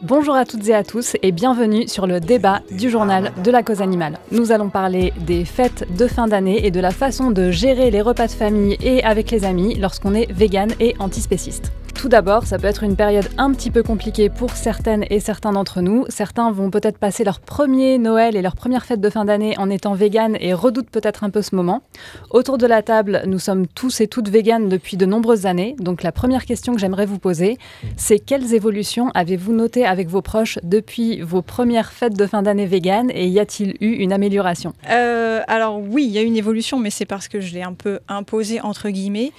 Bonjour à toutes et à tous et bienvenue sur le débat du journal de la cause animale. Nous allons parler des fêtes de fin d'année et de la façon de gérer les repas de famille et avec les amis lorsqu'on est vegan et antispéciste. Tout d'abord, ça peut être une période un petit peu compliquée pour certaines et certains d'entre nous. Certains vont peut-être passer leur premier Noël et leur première fête de fin d'année en étant vegan et redoutent peut-être un peu ce moment. Autour de la table, nous sommes tous et toutes véganes depuis de nombreuses années. Donc la première question que j'aimerais vous poser, c'est quelles évolutions avez-vous notées avec vos proches depuis vos premières fêtes de fin d'année véganes et y a-t-il eu une amélioration ? Alors oui, il y a eu une évolution, mais c'est parce que je l'ai un peu imposée entre guillemets.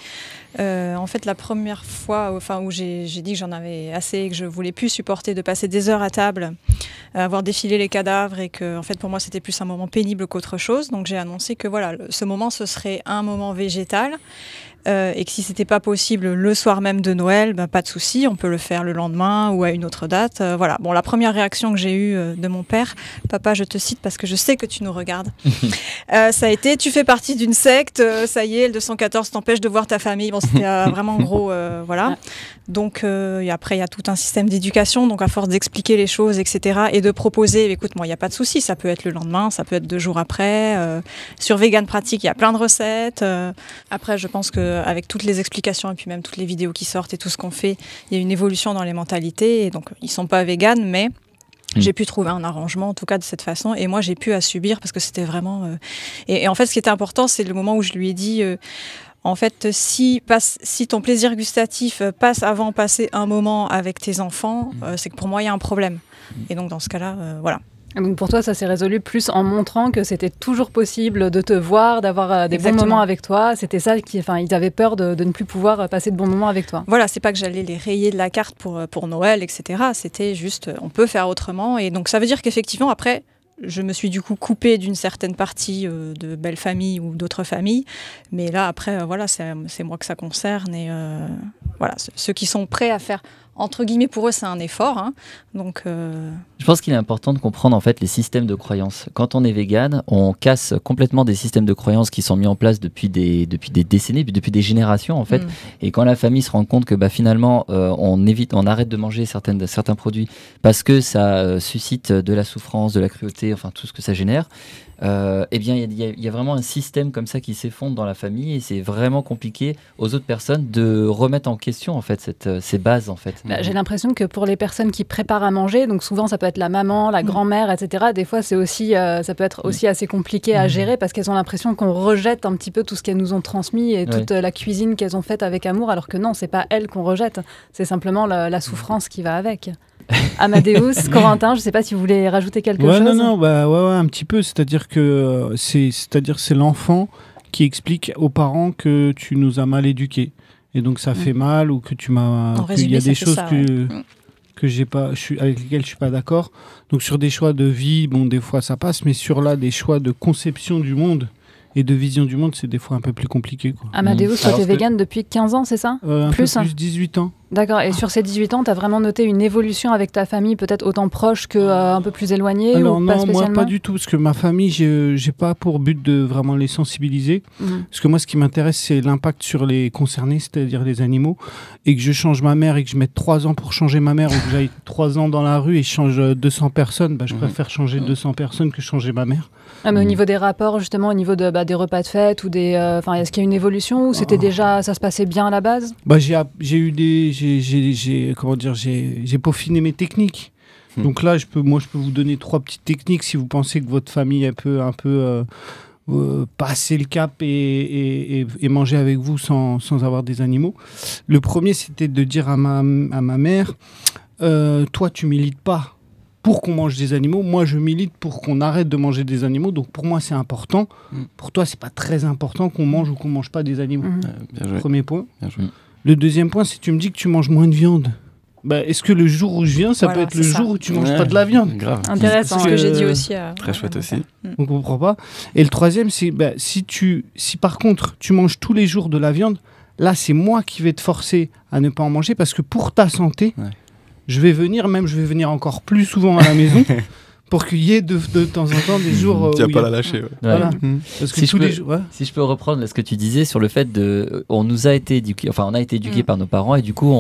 En fait, la première fois où j'ai dit que j'en avais assez et que je voulais plus supporter de passer des heures à table, avoir défilé les cadavres et que en fait, pour moi, c'était plus un moment pénible qu'autre chose. Donc j'ai annoncé que voilà, ce moment, ce serait un moment végétal. Et que si c'était pas possible le soir même de Noël, pas de souci, on peut le faire le lendemain ou à une autre date. Voilà. Bon, la première réaction que j'ai eue de mon père, papa, je te cite parce que je sais que tu nous regardes, ça a été, tu fais partie d'une secte, ça y est, le 214 t'empêche de voir ta famille. Bon, c'était vraiment gros, voilà. Donc et après, il y a tout un système d'éducation, donc à force d'expliquer les choses, etc. et de proposer, écoute, moi, il n'y a pas de souci, ça peut être le lendemain, ça peut être 2 jours après. Sur Vegan Pratique, il y a plein de recettes. Après, je pense qu'avec toutes les explications et puis même toutes les vidéos qui sortent et tout ce qu'on fait, il y a une évolution dans les mentalités. Et donc, ils ne sont pas véganes, mais j'ai pu trouver un arrangement, en tout cas de cette façon. Et moi, j'ai pu subir parce que c'était vraiment... Et en fait, ce qui était important, c'est le moment où je lui ai dit... En fait, si ton plaisir gustatif passe avant passer un moment avec tes enfants, c'est que pour moi, il y a un problème. Et donc, dans ce cas-là, voilà. Donc pour toi, ça s'est résolu plus en montrant que c'était toujours possible de te voir, d'avoir des bons moments avec toi. C'était ça ils avaient peur de ne plus pouvoir passer de bons moments avec toi. Voilà, c'est pas que j'allais les rayer de la carte pour Noël, etc. C'était juste, on peut faire autrement. Et donc ça veut dire qu'effectivement, après... Je me suis du coup coupée d'une certaine partie de belle famille ou d'autres familles. Mais là, après, voilà, c'est moi que ça concerne. Et voilà, ceux qui sont prêts à faire, entre guillemets, pour eux, c'est un effort. Hein. Donc, je pense qu'il est important de comprendre en fait les systèmes de croyances. Quand on est vegan, on casse complètement des systèmes de croyances qui sont mis en place depuis des décennies, depuis des générations en fait. Et quand la famille se rend compte que finalement on arrête de manger certains produits parce que ça suscite de la souffrance, de la cruauté, enfin tout ce que ça génère. Eh bien, il y a vraiment un système comme ça qui s'effondre dans la famille et c'est vraiment compliqué aux autres personnes de remettre en question en fait ces bases en fait. J'ai l'impression que pour les personnes qui préparent à manger, donc souvent ça peut être la maman, la grand-mère, etc. Des fois, c'est aussi, ça peut être aussi assez compliqué à gérer parce qu'elles ont l'impression qu'on rejette un petit peu tout ce qu'elles nous ont transmis et toute la cuisine qu'elles ont faite avec amour, alors que non, c'est pas elles qu'on rejette, c'est simplement la souffrance qui va avec. Amadeus, Corentin, je ne sais pas si vous voulez rajouter quelque chose. Non, un petit peu. C'est-à-dire que c'est l'enfant qui explique aux parents que tu nous as mal éduqués et donc ça fait mal ou que il y a des choses que j'ai pas, avec lesquelles je suis pas d'accord. Donc sur des choix de vie, bon des fois ça passe, mais sur des choix de conception du monde et de vision du monde, c'est des fois un peu plus compliqué, quoi. Amadeus, toi, t'es vegan depuis 15 ans, c'est ça ? Un peu plus 18 ans. D'accord, et sur ces 18 ans, tu as vraiment noté une évolution avec ta famille, peut-être autant proche qu'un peu plus éloignée? Alors ou non, pas spécialement? moi pas du tout, parce que ma famille, j'ai pas pour but de vraiment les sensibiliser. Parce que moi, ce qui m'intéresse, c'est l'impact sur les concernés, c'est-à-dire les animaux. Et que je change ma mère et que je mette 3 ans pour changer ma mère, ou que j'aille 3 ans dans la rue et je change 200 personnes, je préfère changer 200 personnes que changer ma mère. Ah, mais au niveau des rapports, justement, au niveau des repas de fête, ou est-ce qu'il y a une évolution ou c'était déjà, ça se passait bien à la base? J'ai eu j'ai peaufiné mes techniques. Donc là, je peux vous donner 3 petites techniques si vous pensez que votre famille peut un peu passer le cap et manger avec vous sans avoir des animaux. Le premier, c'était de dire à ma mère, toi, tu milites pas pour qu'on mange des animaux. Moi, je milite pour qu'on arrête de manger des animaux. Donc, pour moi, c'est important. Pour toi, c'est pas très important qu'on mange ou qu'on mange pas des animaux. Bien joué. Premier point. Bien joué. Le deuxième point, c'est que tu me dis que tu manges moins de viande. Est-ce que le jour où je viens, ça peut être le jour où tu manges pas de la viande? Grave. Intéressant. C'est ce que j'ai dit aussi. Très chouette aussi. On comprend pas. Et le troisième, c'est si par contre tu manges tous les jours de la viande, là, c'est moi qui vais te forcer à ne pas en manger parce que pour ta santé, je vais venir encore plus souvent à la maison pour qu'il y ait de temps en temps des jours tu vas pas la lâcher. Voilà. Parce que Si tous je les peux- jours. Si je peux reprendre ce que tu disais sur le fait on nous a été éduqués, enfin on a été éduqués par nos parents et du coup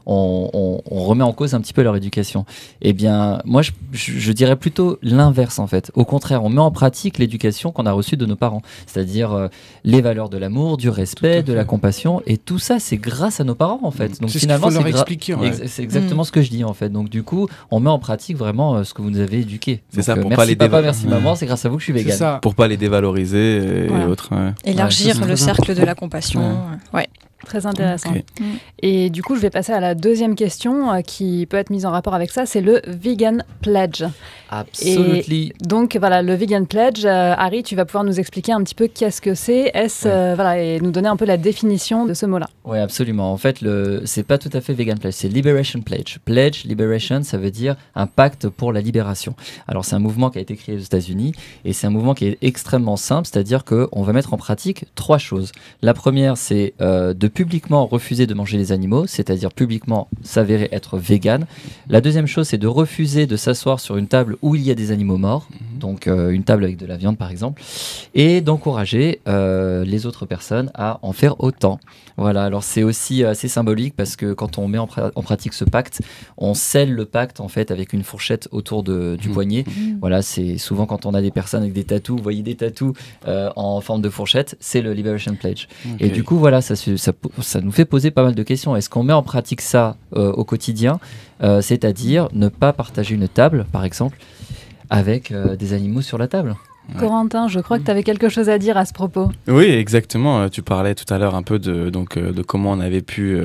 on remet en cause un petit peu leur éducation. Eh bien, moi je dirais plutôt l'inverse en fait. Au contraire, on met en pratique l'éducation qu'on a reçue de nos parents, c'est-à-dire les valeurs de l'amour, du respect, de la compassion, et tout ça c'est grâce à nos parents en fait. Donc C'est finalement ce qu'il faut leur expliquer. c'est exactement ce que je dis en fait. Donc du coup, on met en pratique vraiment ce que vous nous avez éduqué. C'est ça, pour merci pas les papa, merci maman, c'est grâce à vous que je suis C'est végane. ça. Pour pas les dévaloriser et autres. Élargir ça, c'est le très cercle de la compassion. Ouais. Très intéressant. Ok. Et du coup, je vais passer à la deuxième question qui peut être mise en rapport avec ça, c'est le Vegan Pledge. Absolutely. Donc voilà, le Vegan Pledge, Harry, tu vas pouvoir nous expliquer un petit peu qu'est-ce que c'est, voilà, et nous donner un peu la définition de ce mot-là. Oui, absolument. En fait, c'est pas tout à fait Vegan Pledge, c'est Liberation Pledge. Pledge, Liberation, ça veut dire un pacte pour la libération. Alors, c'est un mouvement qui a été créé aux États-Unis et c'est un mouvement qui est extrêmement simple, c'est-à-dire qu'on va mettre en pratique 3 choses. La première, c'est de publiquement refuser de manger les animaux, c'est-à-dire publiquement s'avérer être vegan. La deuxième chose, c'est de refuser de s'asseoir sur une table où il y a des animaux morts, donc une table avec de la viande par exemple, et d'encourager les autres personnes à en faire autant. Voilà, alors c'est aussi assez symbolique parce que quand on met en pratique ce pacte, on scelle le pacte en fait avec une fourchette autour du poignet. Voilà, c'est souvent quand on a des personnes avec des tatous, vous voyez des tatous en forme de fourchette, c'est le Liberation Pledge. Et du coup, voilà, ça nous fait poser pas mal de questions. Est-ce qu'on met en pratique ça au quotidien, c'est-à-dire ne pas partager une table, par exemple, avec des animaux sur la table? Corentin, je crois que tu avais quelque chose à dire à ce propos. Oui, exactement. Tu parlais tout à l'heure un peu de comment on avait pu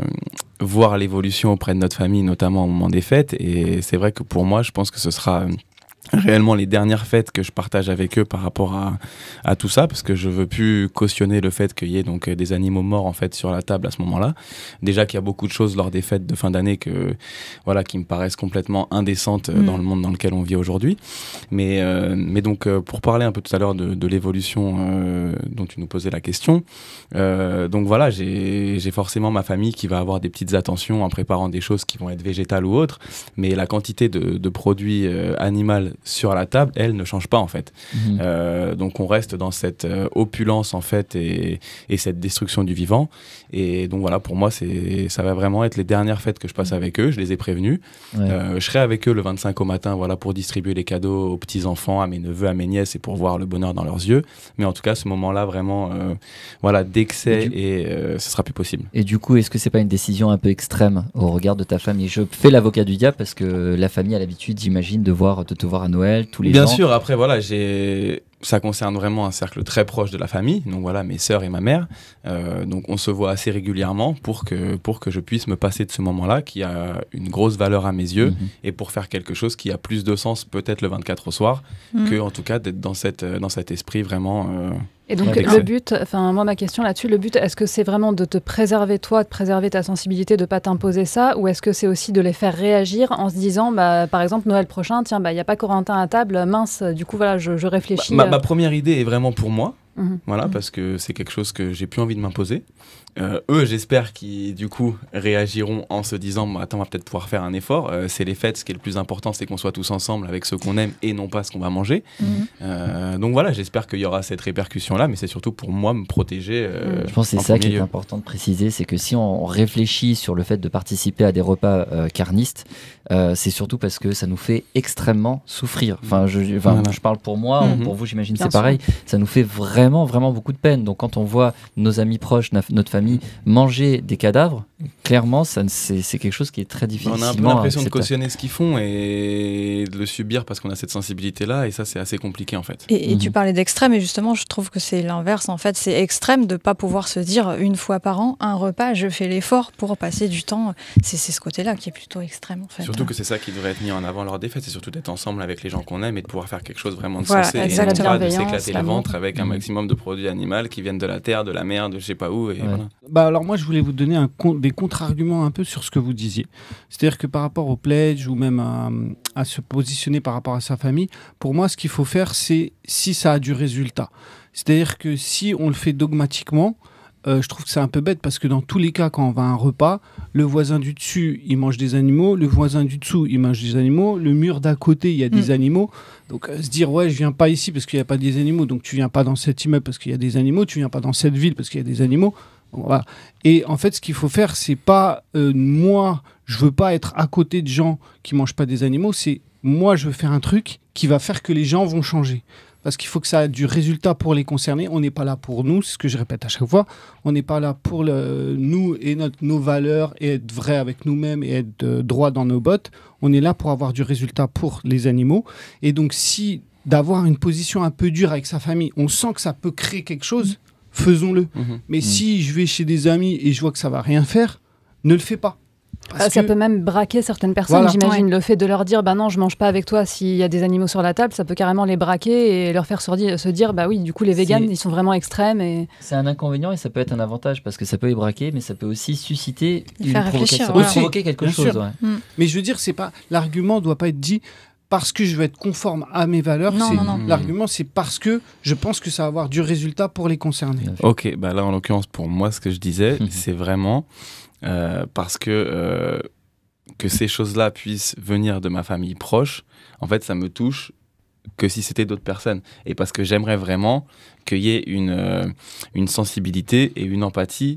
voir l'évolution auprès de notre famille, notamment au moment des fêtes. Et c'est vrai que pour moi, je pense que ce sera réellement les dernières fêtes que je partage avec eux par rapport à tout ça, parce que je veux plus cautionner le fait qu'il y ait donc des animaux morts en fait sur la table à ce moment-là. Déjà qu'il y a beaucoup de choses lors des fêtes de fin d'année qui me paraissent complètement indécentes dans le monde dans lequel on vit aujourd'hui. Mais donc pour parler un peu tout à l'heure de l'évolution dont tu nous posais la question, donc voilà, j'ai forcément ma famille qui va avoir des petites attentions en préparant des choses qui vont être végétales ou autres, mais la quantité de produits animaux sur la table, elle ne change pas en fait. Donc on reste dans cette opulence en fait et cette destruction du vivant. Et donc voilà, pour moi, ça va vraiment être les dernières fêtes que je passe avec eux. Je les ai prévenus. Je serai avec eux le 25 au matin, voilà, pour distribuer les cadeaux aux petits-enfants, à mes neveux, à mes nièces et pour voir le bonheur dans leurs yeux. Mais en tout cas, ce moment-là, vraiment, voilà, d'excès ce sera plus possible. Et du coup, est-ce que c'est pas une décision un peu extrême au regard de ta famille? Je fais l'avocat du diable parce que la famille a l'habitude, j'imagine, de te voir à Noël tous les ans. Bien sûr, après voilà, ça concerne vraiment un cercle très proche de la famille, donc voilà, mes sœurs et ma mère, donc on se voit assez régulièrement pour que je puisse me passer de ce moment-là qui a une grosse valeur à mes yeux et pour faire quelque chose qui a plus de sens peut-être le 24 au soir que en tout cas d'être dans cet esprit vraiment Et donc le but, moi ma question là-dessus, le but, est-ce que c'est vraiment de te préserver toi, de préserver ta sensibilité, de pas t'imposer ça, ou est-ce que c'est aussi de les faire réagir en se disant, par exemple Noël prochain, tiens, il y a pas Corentin à table, mince, du coup voilà, je réfléchis. Ma première idée est vraiment pour moi. Voilà, parce que c'est quelque chose que j'ai plus envie de m'imposer. Eux, j'espère qu'ils, du coup, réagiront en se disant attends, on va peut-être pouvoir faire un effort. C'est les fêtes, ce qui est le plus important, c'est qu'on soit tous ensemble avec ceux qu'on aime et non pas ce qu'on va manger. Donc voilà, j'espère qu'il y aura cette répercussion-là, mais c'est surtout pour moi me protéger. Je pense que c'est ça qui est important de préciser, c'est que si on réfléchit sur le fait de participer à des repas carnistes, c'est surtout parce que ça nous fait extrêmement souffrir. Je parle pour moi, pour vous, j'imagine c'est pareil. Ça nous fait vraiment beaucoup de peine. Donc quand on voit nos amis proches, notre famille manger des cadavres, clairement c'est quelque chose qui est très difficile. On a un peu l'impression de cautionner ce qu'ils font et de le subir parce qu'on a cette sensibilité là, et ça c'est assez compliqué en fait. Et tu parlais d'extrême, et justement je trouve que c'est l'inverse en fait. C'est extrême de ne pas pouvoir se dire une fois par an, un repas, je fais l'effort pour passer du temps. C'est ce côté là qui est plutôt extrême en fait. Surtout que c'est ça qui devrait être mis en avant lors des fêtes, c'est surtout d'être ensemble avec les gens qu'on aime et de pouvoir faire quelque chose vraiment de sensé, et non pas de s'éclater le ventre avec un maximum de produits animaux qui viennent de la terre, de la mer, de je sais pas où, et voilà. Alors moi je voulais vous donner des contre-arguments un peu sur ce que vous disiez. C'est-à-dire que par rapport au pledge ou même à se positionner par rapport à sa famille, pour moi ce qu'il faut faire, c'est si ça a du résultat. C'est-à-dire que si on le fait dogmatiquement, je trouve que c'est un peu bête parce que dans tous les cas, quand on va à un repas, le voisin du dessus, il mange des animaux, le voisin du dessous, il mange des animaux, le mur d'à côté, il y a des animaux. Donc se dire, ouais, je viens pas ici parce qu'il n'y a pas des animaux, donc tu viens pas dans cet immeuble parce qu'il y a des animaux, tu viens pas dans cette ville parce qu'il y a des animaux. Voilà. Et en fait, ce qu'il faut faire, c'est pas moi, je veux pas être à côté de gens qui mangent pas des animaux, c'est moi, je veux faire un truc qui va faire que les gens vont changer. Parce qu'il faut que ça ait du résultat pour les concernés. On n'est pas là pour nous, c'est ce que je répète à chaque fois. On n'est pas là pour nous et nos valeurs et être vrai avec nous-mêmes et être droit dans nos bottes. On est là pour avoir du résultat pour les animaux. Et donc, si d'avoir une position un peu dure avec sa famille, on sent que ça peut créer quelque chose, faisons-le. Mais si je vais chez des amis et je vois que ça va rien faire, ne le fais pas. Ça peut même braquer certaines personnes, j'imagine. Le fait de leur dire non, je mange pas avec toi s'il y a des animaux sur la table, ça peut carrément les braquer et leur faire se dire oui, du coup les véganes ils sont vraiment extrêmes. Et... C'est un inconvénient et ça peut être un avantage parce que ça peut les braquer, mais ça peut aussi susciter provoquer quelque chose. Mais je veux dire, c'est pas l'argument doit pas être dit parce que je veux être conforme à mes valeurs. Non. L'argument, c'est parce que je pense que ça va avoir du résultat pour les concernés. Ok, là en l'occurrence pour moi, ce que je disais, c'est vraiment parce que ces choses-là puissent venir de ma famille proche, en fait, ça me touche que si c'était d'autres personnes. Et parce que j'aimerais vraiment qu'il y ait une sensibilité et une empathie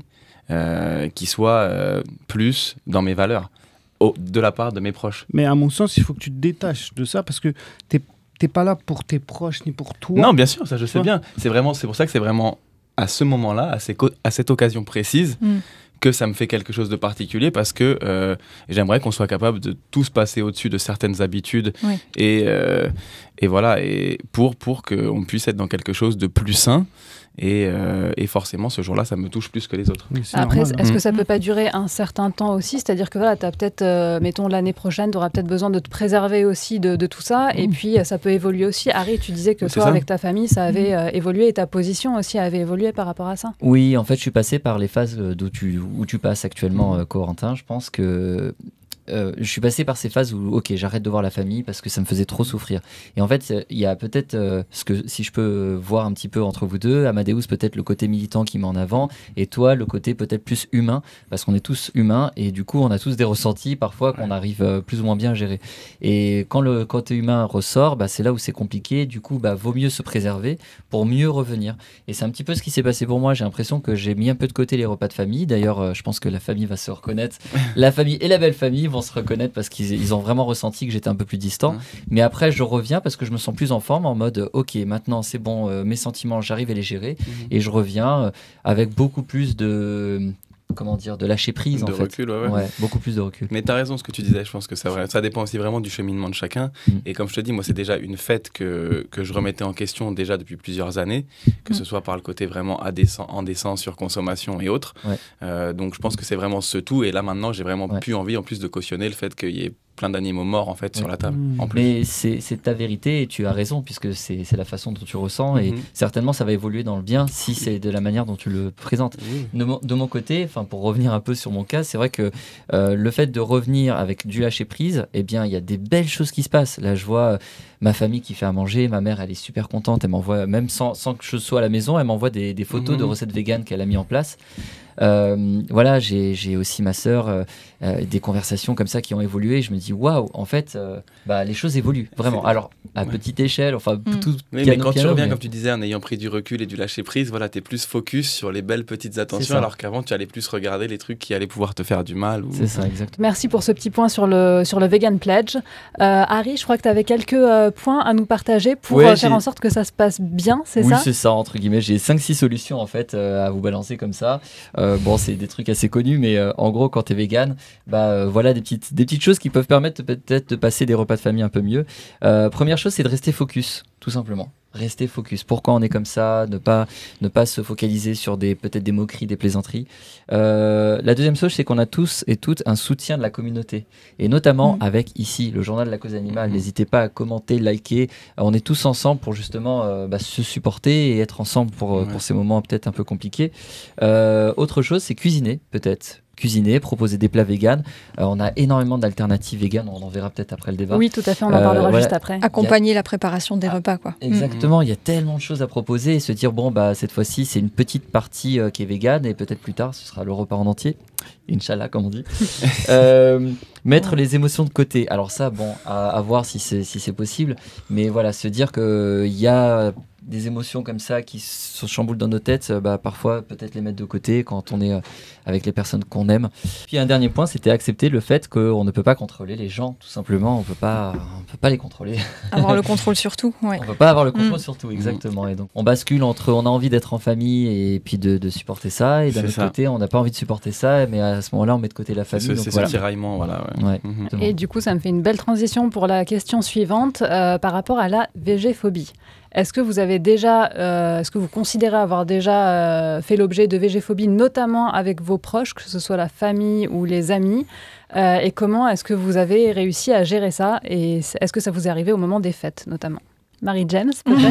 qui soit plus dans mes valeurs, de la part de mes proches. Mais à mon sens, il faut que tu te détaches de ça parce que t'es pas là pour tes proches ni pour toi. Non, bien sûr, ça je sais bien. C'est pour ça que c'est vraiment à ce moment-là, à cette occasion précise, que ça me fait quelque chose de particulier parce que j'aimerais qu'on soit capable de tous passer au-dessus de certaines habitudes et voilà, et pour qu'on puisse être dans quelque chose de plus sain. Et forcément, ce jour-là, ça me touche plus que les autres. Oui, après, est-ce que ça peut pas durer un certain temps aussi? C'est-à-dire que tu as peut-être, mettons l'année prochaine, tu auras peut-être besoin de te préserver aussi de tout ça. Et puis, ça peut évoluer aussi. Harry, tu disais que toi, avec ta famille, ça avait évolué et ta position aussi avait évolué par rapport à ça. Oui, en fait, je suis passé par les phases où tu passes actuellement, Corentin. Je pense que... je suis passé par ces phases où j'arrête de voir la famille parce que ça me faisait trop souffrir. Et en fait, il y a peut-être si je peux voir un petit peu entre vous deux, Amadeus peut-être le côté militant qui met en avant et toi le côté peut-être plus humain parce qu'on est tous humains et du coup on a tous des ressentis parfois qu'on arrive plus ou moins bien à gérer. Et quand le côté humain ressort, c'est là où c'est compliqué. Du coup, vaut mieux se préserver pour mieux revenir. Et c'est un petit peu ce qui s'est passé pour moi. J'ai l'impression que j'ai mis un peu de côté les repas de famille. D'ailleurs, je pense que la famille va se reconnaître. La famille et la belle famille vont se reconnaître parce qu'ils ont vraiment ressenti que j'étais un peu plus distant. Mais après, je reviens parce que je me sens plus en forme, en mode maintenant c'est bon, mes sentiments, j'arrive à les gérer. Et je reviens avec beaucoup plus de lâcher prise de recul, ouais, beaucoup plus de recul. Mais t'as raison, ce que tu disais, je pense que c'est vrai. Ça dépend aussi vraiment du cheminement de chacun. Et comme je te dis, moi c'est déjà une fête que je remettais en question déjà depuis plusieurs années, que ce soit par le côté vraiment indécent, surconsommation et autres. Donc je pense que c'est vraiment ce tout. Et là maintenant, j'ai vraiment plus envie en plus de cautionner le fait qu'il y ait plein d'animaux morts en fait sur la table. En plus. Mais c'est ta vérité et tu as raison puisque c'est la façon dont tu ressens et certainement ça va évoluer dans le bien si c'est de la manière dont tu le présentes. De mon côté, pour revenir un peu sur mon cas, c'est vrai que le fait de revenir avec du lâcher prise, il y a des belles choses qui se passent. Là, je vois ma famille qui fait à manger, ma mère elle est super contente, elle m'envoie même sans que je sois à la maison, elle m'envoie des photos de recettes véganes qu'elle a mis en place. Voilà, j'ai aussi ma sœur, des conversations comme ça qui ont évolué. Je me dis waouh, en fait, les choses évoluent vraiment. Alors à petite échelle, tout. Oui, mais quand tu reviens, comme tu disais, en ayant pris du recul et du lâcher prise, voilà, t'es plus focus sur les belles petites attentions, alors qu'avant tu allais plus regarder les trucs qui allaient pouvoir te faire du mal. C'est ça, exactement. Merci pour ce petit point sur le Vegan Pledge. Harry, je crois que tu avais quelques points à nous partager pour faire en sorte que ça se passe bien, c'est ça? Oui, c'est ça, entre guillemets. J'ai 5-6 solutions en fait à vous balancer comme ça. C'est des trucs assez connus, mais en gros, quand tu es vegan, voilà des petites choses qui peuvent permettre peut-être de passer des repas de famille un peu mieux. Première chose, c'est de rester focus, tout simplement. Rester focus. Pourquoi on est comme ça? Ne pas se focaliser sur peut-être des moqueries, des plaisanteries. La deuxième chose, c'est qu'on a tous et toutes un soutien de la communauté. Et notamment avec ici, le journal de la cause animale. N'hésitez pas à commenter, liker. On est tous ensemble pour justement se supporter et être ensemble pour ces moments peut-être un peu compliqués. Autre chose, c'est cuisiner peut-être. cuisiner, proposer des plats véganes. On a énormément d'alternatives véganes, on en verra peut-être après le débat. Oui, tout à fait, on en parlera juste après. Accompagner la préparation des repas, quoi. Exactement, il y a tellement de choses à proposer et se dire, bon, bah, cette fois-ci, c'est une petite partie qui est végane et peut-être plus tard, ce sera le repas en entier. Inch'Allah, comme on dit. Mettre les émotions de côté. Alors ça, bon, à voir si c'est possible. Mais voilà, se dire qu'il y a des émotions comme ça qui se chamboulent dans nos têtes, parfois peut-être les mettre de côté quand on est avec les personnes qu'on aime. Puis un dernier point, c'était accepter le fait qu'on ne peut pas contrôler les gens, tout simplement. On peut pas les contrôler. Avoir le contrôle sur tout. Ouais. On peut pas avoir le contrôle sur tout, exactement. Et donc on bascule entre on a envie d'être en famille et puis de supporter ça, et d'un autre côté on n'a pas envie de supporter ça, mais à ce moment-là on met de côté la famille. C'est ce tiraillement, voilà. Ouais, et du coup ça me fait une belle transition pour la question suivante par rapport à la végéphobie. Est-ce que vous avez déjà, est-ce que vous considérez avoir déjà fait l'objet de végéphobie, notamment avec vos proches, que ce soit la famille ou les amis, et comment est-ce que vous avez réussi à gérer ça, et est-ce que ça vous est arrivé au moment des fêtes, notamment ? Marie-James,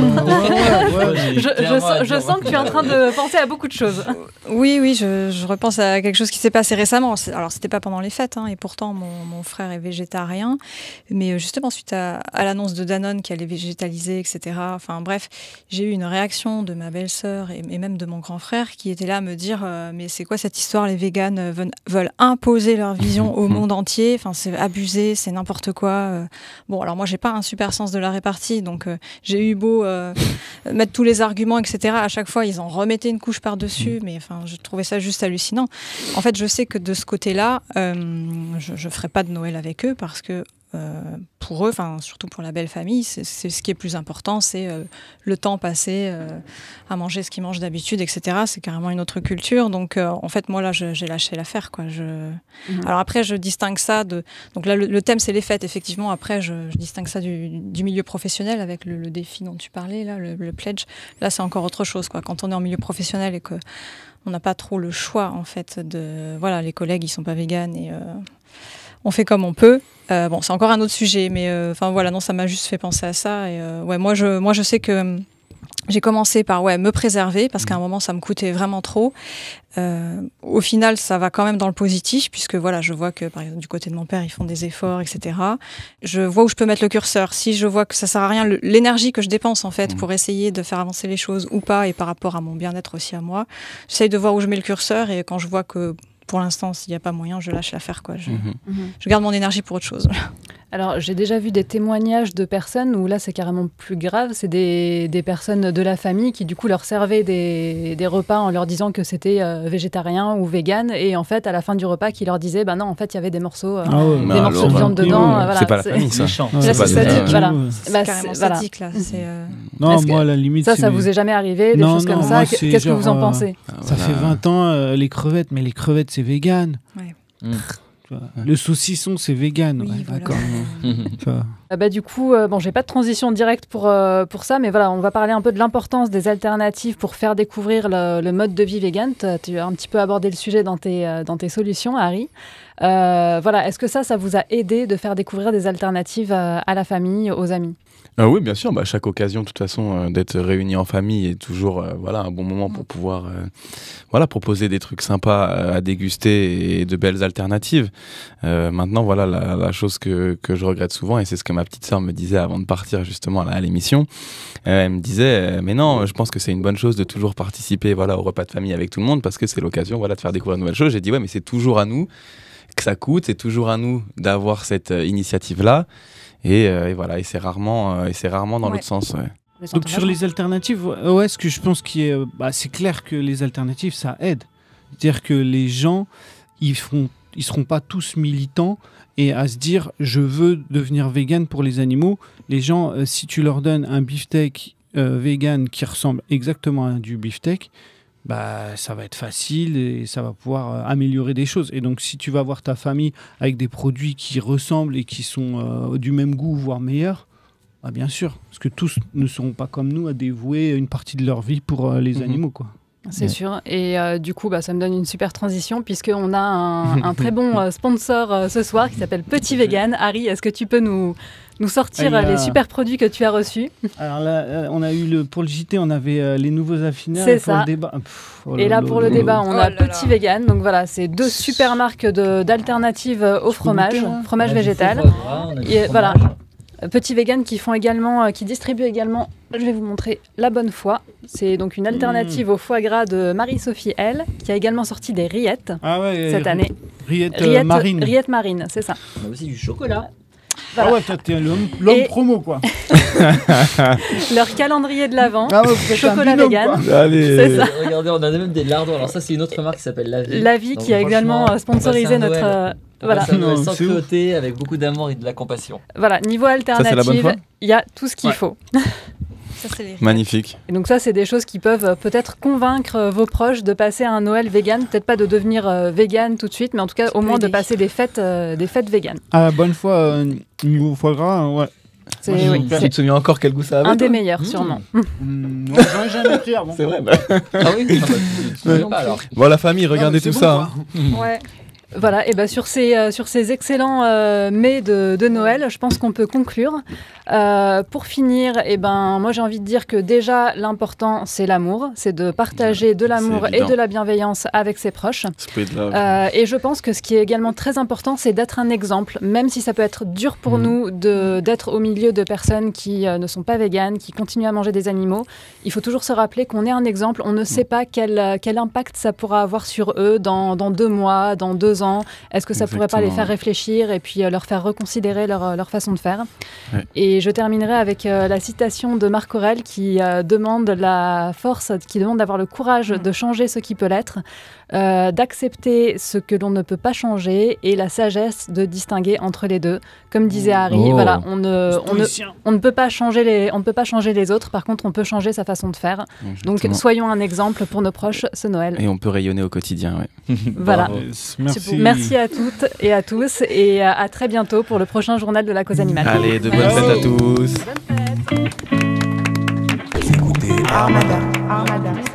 peut-être. Je sens que tu es en train de penser à beaucoup de choses. Oui, je repense à quelque chose qui s'est passé récemment. Alors, c'était pas pendant les fêtes, et pourtant, mon frère est végétarien. Mais justement, suite à l'annonce de Danone qui allait végétaliser, etc. Enfin, bref, j'ai eu une réaction de ma belle-sœur et même de mon grand frère qui était là à me dire mais c'est quoi cette histoire ? Les véganes veulent imposer leur vision au monde entier. Enfin, c'est abusé, c'est n'importe quoi. Bon, alors moi, j'ai pas un super sens de la répartie, donc j'ai eu beau mettre tous les arguments, etc. À chaque fois, ils en remettaient une couche par-dessus, mais enfin, je trouvais ça juste hallucinant. En fait, je sais que de ce côté-là, je ferai pas de Noël avec eux parce que pour eux, surtout pour la belle famille, c'est ce qui est plus important, c'est le temps passé à manger ce qu'ils mangent d'habitude, etc. C'est carrément une autre culture. Donc, en fait, moi, là, j'ai lâché l'affaire, quoi. Alors après, je distingue ça de... Donc là, le thème, c'est les fêtes, effectivement. Après, je distingue ça du milieu professionnel avec le défi dont tu parlais, là, le pledge. Là, c'est encore autre chose, quoi. Quand on est en milieu professionnel et qu'on n'a pas trop le choix, en fait, voilà, les collègues, ils sont pas véganes et... on fait comme on peut. Bon, c'est encore un autre sujet, mais voilà, non, ça m'a juste fait penser à ça. Et moi, je sais que j'ai commencé par me préserver parce qu'à un moment, ça me coûtait vraiment trop. Au final, ça va quand même dans le positif puisque voilà, je vois que par exemple du côté de mon père, ils font des efforts, etc. Je vois où je peux mettre le curseur. Si je vois que ça sert à rien, l'énergie que je dépense en fait pour essayer de faire avancer les choses ou pas, et par rapport à mon bien-être aussi à moi, j'essaye de voir où je mets le curseur et quand je vois que pour l'instant, s'il n'y a pas moyen, je lâche l'affaire, quoi. Je garde mon énergie pour autre chose. Alors, j'ai déjà vu des témoignages de personnes où là, c'est carrément plus grave. C'est des personnes de la famille qui, du coup, leur servaient des repas en leur disant que c'était végétarien ou vegan. Et en fait, à la fin du repas, qui leur disaient, non, en fait, il y avait des morceaux, de viande dedans. Voilà, c'est pas la famille, ça. C'est sadique. Voilà. C'est carrément sadique, là. Non, moi, à la limite... Ça vous est jamais arrivé, des choses comme ça? Qu'est-ce que vous en pensez? Ça fait 20 ans, les crevettes, mais les crevettes, c'est vegan. Ouais. Le saucisson, c'est vegan. Oui, voilà. D'accord. Du coup, j'ai pas de transition directe pour ça, mais voilà, on va parler un peu de l'importance des alternatives pour faire découvrir le mode de vie vegan. Tu as un petit peu abordé le sujet dans tes solutions, Harry. Voilà, est-ce que ça vous a aidé de faire découvrir des alternatives à la famille, aux amis? Oui, bien sûr. Chaque occasion, de toute façon, d'être réunis en famille est toujours un bon moment pour pouvoir proposer des trucs sympas à déguster et de belles alternatives. Maintenant, voilà, la chose que je regrette souvent, et c'est ce que ma petite sœur me disait avant de partir justement à l'émission. Elle me disait, mais non, je pense que c'est une bonne chose de toujours participer au repas de famille avec tout le monde parce que c'est l'occasion de faire découvrir de nouvelles choses. J'ai dit, ouais, mais c'est toujours à nous que ça coûte, c'est toujours à nous d'avoir cette initiative-là. Et voilà, et c'est rarement dans l'autre sens. Ouais. Donc sur les alternatives, ce que je pense c'est clair que les alternatives, ça aide. C'est-à-dire que les gens, ils seront pas tous militants et à se dire je veux devenir vegan pour les animaux. Les gens, si tu leur donnes un beefsteak vegan qui ressemble exactement à du beefsteak, ça va être facile et ça va pouvoir améliorer des choses. Et donc, si tu vas voir ta famille avec des produits qui ressemblent et qui sont du même goût, voire meilleurs, bien sûr, parce que tous ne seront pas comme nous à dévouer une partie de leur vie pour les animaux, quoi. C'est sûr. Et du coup, ça me donne une super transition puisqu'on a un très bon sponsor ce soir qui s'appelle Petit Vegan. Harry, est-ce que tu peux nous sortir les super produits que tu as reçus? Alors là, on a eu pour le JT, on avait les nouveaux affineurs. C'est pour ça. le débat. Et là, pour le débat, on a Petit Vegan. Donc voilà, c'est 2 super marques d'alternatives au fromage, fromage végétal. Voilà. Petit Vegan qui distribue également, je vais vous montrer, La Bonne Foi. C'est donc une alternative au foie gras de Marie-Sophie L, qui a également sorti des rillettes cette année. Rillettes marines. Rillettes marines, c'est ça. On a aussi du chocolat. Voilà. Ah ouais, toi, t'es l'homme promo, quoi. Leur calendrier de l'Avent, vous faites chocolat un binôme, vegan. Allez. C'est ça. Regardez, on a même des lardons. Alors ça, c'est une autre marque qui s'appelle La Vie. La Vie qui a également sponsorisé notre... Voilà. Non, Sans c'est ouf. cruauté, avec beaucoup d'amour et de la compassion. Voilà, niveau c'est la bonne alternative, foi il y a tout ce qu'il faut. Ça, c'est les Magnifique. Et donc ça, c'est des choses qui peuvent peut-être convaincre vos proches de passer un Noël vegan. Peut-être pas de devenir vegan tout de suite, mais en tout cas, au moins de passer des fêtes vegan. À la bonne fois, niveau foie gras, ouais. C'est Tu te souviens encore quel goût ça avait un des toi meilleurs, sûrement. Non, j'en ai jamais pris avant. C'est vrai. Ah oui, tu te souviens pas alors. Bon, la famille, regardez tout ça. Ouais. Voilà, et sur ces excellents mets de Noël, je pense qu'on peut conclure. Pour finir, moi j'ai envie de dire que déjà l'important c'est l'amour, c'est de partager de l'amour et de la bienveillance avec ses proches. Et je pense que ce qui est également très important, c'est d'être un exemple, même si ça peut être dur pour nous d'être au milieu de personnes qui ne sont pas véganes, qui continuent à manger des animaux. Il faut toujours se rappeler qu'on est un exemple, on ne sait pas quel impact ça pourra avoir sur eux dans 2 mois, dans 2 ans. Est-ce que ça pourrait pas les faire réfléchir et puis leur faire reconsidérer leur façon de faire. Et je terminerai avec la citation de Marc Aurèle qui demande la force, qui demande d'avoir le courage de changer ce qui peut l'être, d'accepter ce que l'on ne peut pas changer et la sagesse de distinguer entre les deux. Comme disait Harry, voilà, on ne peut pas changer les autres, par contre on peut changer sa façon de faire. Exactement. Donc soyons un exemple pour nos proches ce Noël. Et on peut rayonner au quotidien, ouais. Voilà. Merci. À toutes et à tous et à très bientôt pour le prochain journal de la cause animale. Allez, de bonnes fêtes à tous. Bonne fête. Écoutez Armada.